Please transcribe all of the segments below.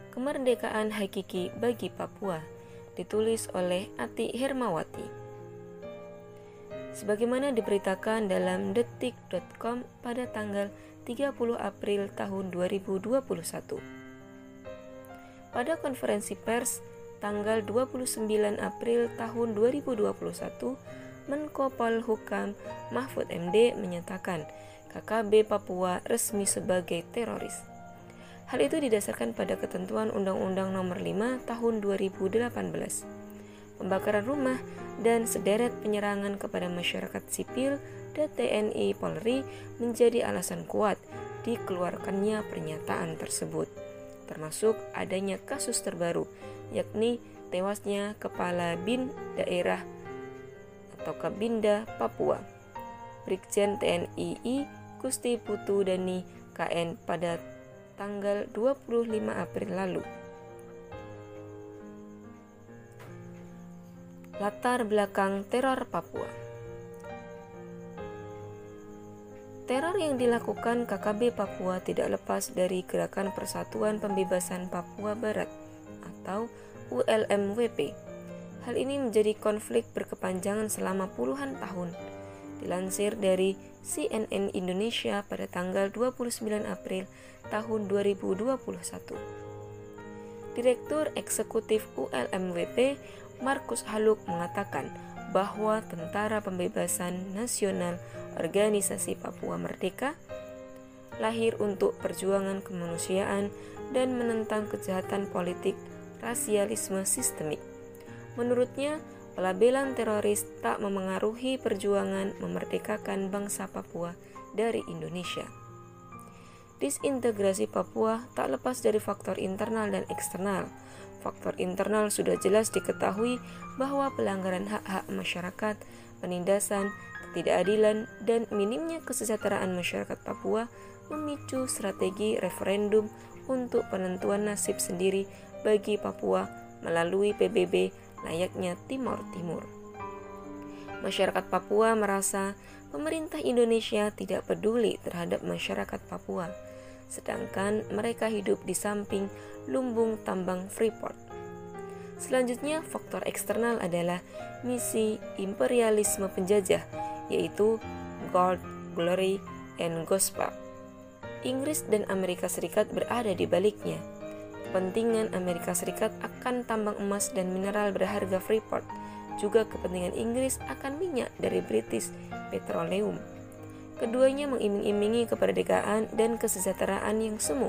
Kemerdekaan Hakiki bagi Papua, ditulis oleh Ati Hermawati. Sebagaimana diberitakan dalam detik.com pada tanggal 30 April tahun 2021. Pada konferensi pers tanggal 29 April tahun 2021, Menko Polhukam Mahfud MD menyatakan KKB Papua resmi sebagai teroris. Hal itu didasarkan pada ketentuan Undang-Undang Nomor 5 Tahun 2018. Pembakaran rumah dan sederet penyerangan kepada masyarakat sipil dan TNI Polri menjadi alasan kuat dikeluarkannya pernyataan tersebut, termasuk adanya kasus terbaru, yakni tewasnya Kepala BIN Daerah atau Kabinda Papua, Brigjen TNI I Gusti Putu Dani KN pada tanggal 25 April lalu. Latar belakang teror Papua. Teror yang dilakukan KKB Papua tidak lepas dari Gerakan Persatuan Pembebasan Papua Barat atau ULMWP. Hal ini menjadi konflik berkepanjangan selama puluhan tahun. Dilansir dari CNN Indonesia pada tanggal 29 April tahun 2021. Direktur Eksekutif ULMWP Markus Haluk mengatakan bahwa Tentara Pembebasan Nasional Organisasi Papua Merdeka lahir untuk perjuangan kemanusiaan dan menentang kejahatan politik rasialisme sistemik. Menurutnya, pelabelan teroris tak memengaruhi perjuangan memerdekakan bangsa Papua dari Indonesia. Disintegrasi Papua tak lepas dari faktor internal dan eksternal. Faktor internal sudah jelas diketahui bahwa pelanggaran hak-hak masyarakat, penindasan, ketidakadilan, dan minimnya kesejahteraan masyarakat Papua memicu strategi referendum untuk penentuan nasib sendiri bagi Papua melalui PBB layaknya Timor Timur. Masyarakat Papua merasa pemerintah Indonesia tidak peduli terhadap masyarakat Papua, sedangkan mereka hidup di samping lumbung tambang Freeport. Selanjutnya, faktor eksternal adalah misi imperialisme penjajah, yaitu Gold, Glory, and Gospel. Inggris dan Amerika Serikat berada di baliknya. Kepentingan Amerika Serikat akan tambang emas dan mineral berharga Freeport, juga kepentingan Inggris akan minyak dari British Petroleum. Keduanya mengiming-imingi kemerdekaan dan kesejahteraan yang semu,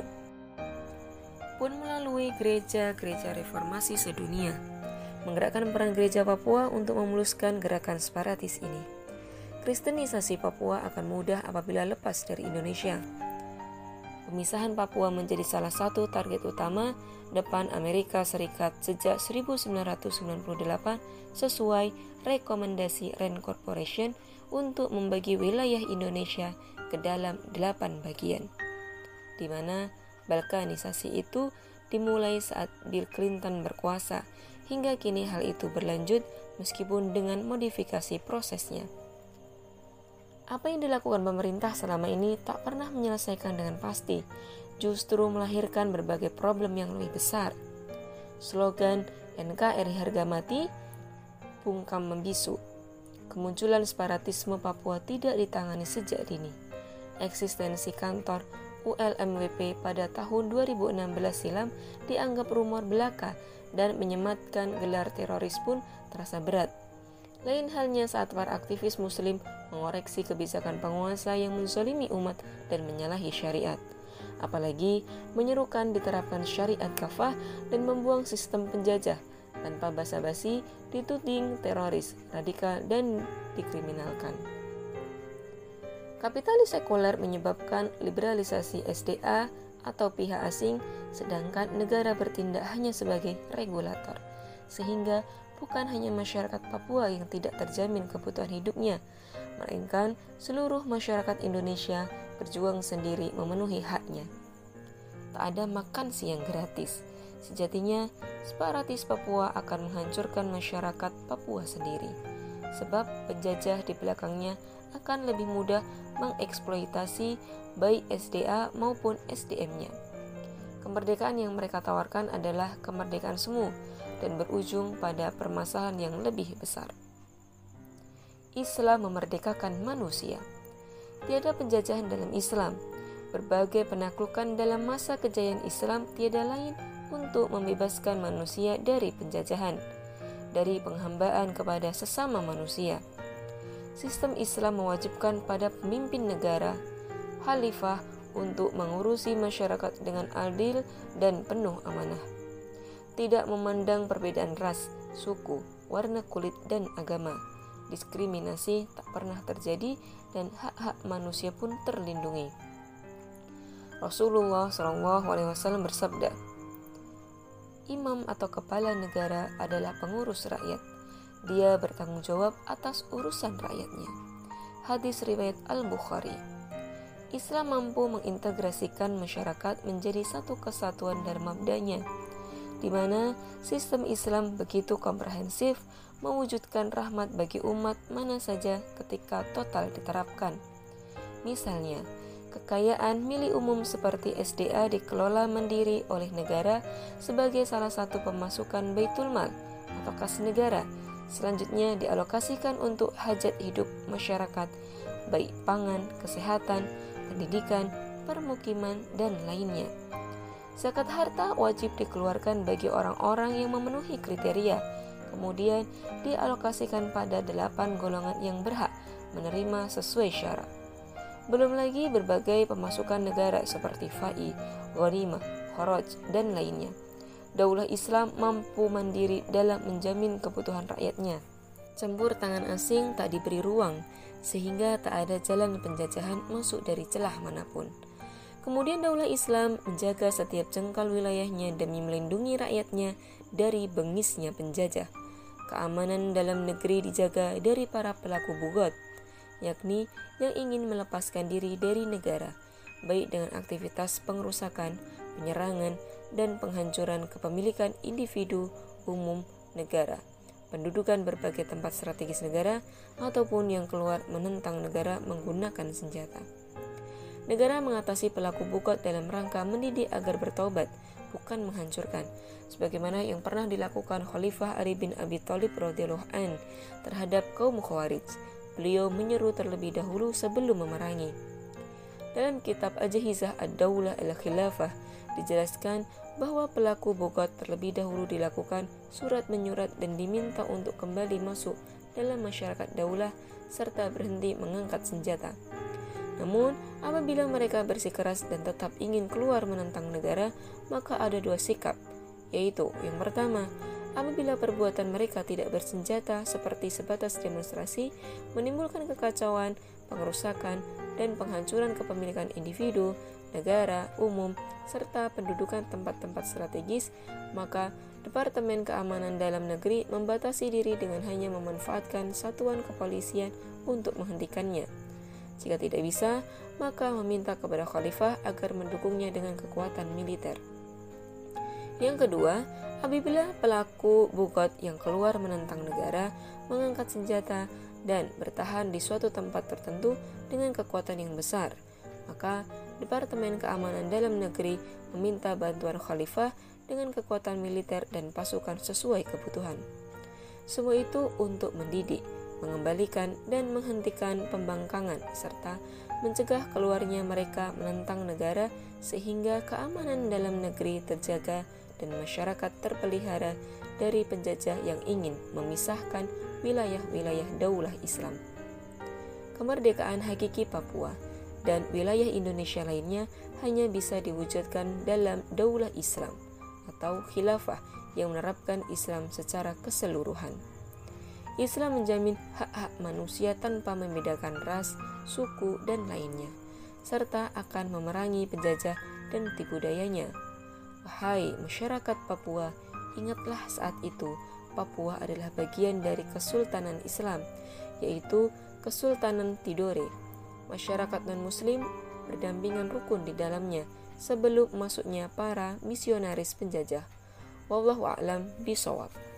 pun melalui gereja-gereja reformasi sedunia, menggerakkan peran gereja Papua untuk memuluskan gerakan separatis ini. Kristenisasi Papua akan mudah apabila lepas dari Indonesia. Pemisahan Papua menjadi salah satu target utama depan Amerika Serikat sejak 1998 sesuai rekomendasi Rand Corporation untuk membagi wilayah Indonesia ke dalam 8 bagian, di mana balkanisasi itu dimulai saat Bill Clinton berkuasa, hingga kini hal itu berlanjut meskipun dengan modifikasi prosesnya. Apa yang dilakukan pemerintah selama ini tak pernah menyelesaikan dengan pasti, justru melahirkan berbagai problem yang lebih besar. Slogan NKRI harga mati, bungkam membisu. Kemunculan separatisme Papua tidak ditangani sejak dini. Eksistensi kantor ULMWP pada tahun 2016 silam dianggap rumor belaka dan menyematkan gelar teroris pun terasa berat. Lain halnya saat para aktivis muslim mengoreksi kebijakan penguasa yang menzalimi umat dan menyalahi syariat. Apalagi menyerukan diterapkan syariat kafah dan membuang sistem penjajah tanpa basa-basi, dituding teroris, radikal, dan dikriminalkan. Kapitalis sekuler menyebabkan liberalisasi SDA atau pihak asing, sedangkan negara bertindak hanya sebagai regulator, sehingga bukan hanya masyarakat Papua yang tidak terjamin kebutuhan hidupnya, melainkan seluruh masyarakat Indonesia berjuang sendiri memenuhi haknya. Tak ada makan siang gratis. Sejatinya, separatis Papua akan menghancurkan masyarakat Papua sendiri, sebab penjajah di belakangnya akan lebih mudah mengeksploitasi baik SDA maupun SDM-nya. Kemerdekaan yang mereka tawarkan adalah kemerdekaan semu dan berujung pada permasalahan yang lebih besar. Islam memerdekakan manusia. Tiada penjajahan dalam Islam. Berbagai penaklukan dalam masa kejayaan Islam tiada lain untuk membebaskan manusia dari penjajahan, dari penghambaan kepada sesama manusia. Sistem Islam mewajibkan pada pemimpin negara, khalifah, untuk mengurusi masyarakat dengan adil dan penuh amanah. Tidak memandang perbedaan ras, suku, warna kulit, dan agama. Diskriminasi tak pernah terjadi dan hak-hak manusia pun terlindungi. Rasulullah SAW bersabda, imam atau kepala negara adalah pengurus rakyat. Dia bertanggung jawab atas urusan rakyatnya. Hadis riwayat Al-Bukhari. Islam mampu mengintegrasikan masyarakat menjadi satu kesatuan dan mabdanya, di mana sistem Islam begitu komprehensif, mewujudkan rahmat bagi umat mana saja ketika total diterapkan. Misalnya, kekayaan milik umum seperti SDA dikelola mandiri oleh negara sebagai salah satu pemasukan Baitul Mal atau kas negara. Selanjutnya dialokasikan untuk hajat hidup masyarakat, baik pangan, kesehatan, pendidikan, permukiman, dan lainnya. Zakat harta wajib dikeluarkan bagi orang-orang yang memenuhi kriteria, kemudian dialokasikan pada 8 golongan yang berhak menerima sesuai syarat. Belum lagi berbagai pemasukan negara seperti fai, ghanimah, kharaj, dan lainnya. Daulah Islam mampu mandiri dalam menjamin kebutuhan rakyatnya. Campur tangan asing tak diberi ruang, sehingga tak ada jalan penjajahan masuk dari celah manapun. Kemudian daulah Islam menjaga setiap jengkal wilayahnya demi melindungi rakyatnya dari bengisnya penjajah. Keamanan dalam negeri dijaga dari para pelaku bugot, yakni yang ingin melepaskan diri dari negara, baik dengan aktivitas pengerusakan, penyerangan, dan penghancuran kepemilikan individu, umum, negara, pendudukan berbagai tempat strategis negara, ataupun yang keluar menentang negara menggunakan senjata. Negara mengatasi pelaku bugot dalam rangka mendidik agar bertaubat, bukan menghancurkan, sebagaimana yang pernah dilakukan Khalifah Ali bin Abi Thalib radhiyallahu an terhadap kaum Khawarij. Beliau menyeru terlebih dahulu sebelum memerangi. Dalam kitab Ajahizah Ad-Daulah Al-Khilafah dijelaskan bahwa pelaku bugot terlebih dahulu dilakukan surat menyurat dan diminta untuk kembali masuk dalam masyarakat daulah serta berhenti mengangkat senjata. Namun, apabila mereka bersikeras dan tetap ingin keluar menentang negara, maka ada 2 sikap, yaitu yang pertama, apabila perbuatan mereka tidak bersenjata seperti sebatas demonstrasi, menimbulkan kekacauan, pengerusakan, dan penghancuran kepemilikan individu, negara, umum, serta pendudukan tempat-tempat strategis, maka Departemen Keamanan Dalam Negeri membatasi diri dengan hanya memanfaatkan satuan kepolisian untuk menghentikannya. Jika tidak bisa, maka meminta kepada khalifah agar mendukungnya dengan kekuatan militer. Yang kedua, apabila pelaku bugot yang keluar menentang negara mengangkat senjata dan bertahan di suatu tempat tertentu dengan kekuatan yang besar, maka Departemen Keamanan Dalam Negeri meminta bantuan khalifah dengan kekuatan militer dan pasukan sesuai kebutuhan. Semua itu untuk mendidik, mengembalikan dan menghentikan pembangkangan serta mencegah keluarnya mereka menentang negara sehingga keamanan dalam negeri terjaga dan masyarakat terpelihara dari penjajah yang ingin memisahkan wilayah-wilayah daulah Islam. Kemerdekaan hakiki Papua dan wilayah Indonesia lainnya hanya bisa diwujudkan dalam daulah Islam atau khilafah yang menerapkan Islam secara keseluruhan. Islam menjamin hak-hak manusia tanpa membedakan ras, suku, dan lainnya, serta akan memerangi penjajah dan tipu dayanya. Wahai masyarakat Papua, ingatlah saat itu Papua adalah bagian dari Kesultanan Islam, yaitu Kesultanan Tidore. Masyarakat non-muslim berdampingan rukun di dalamnya sebelum masuknya para misionaris penjajah. Wallahu a'lam bishawab.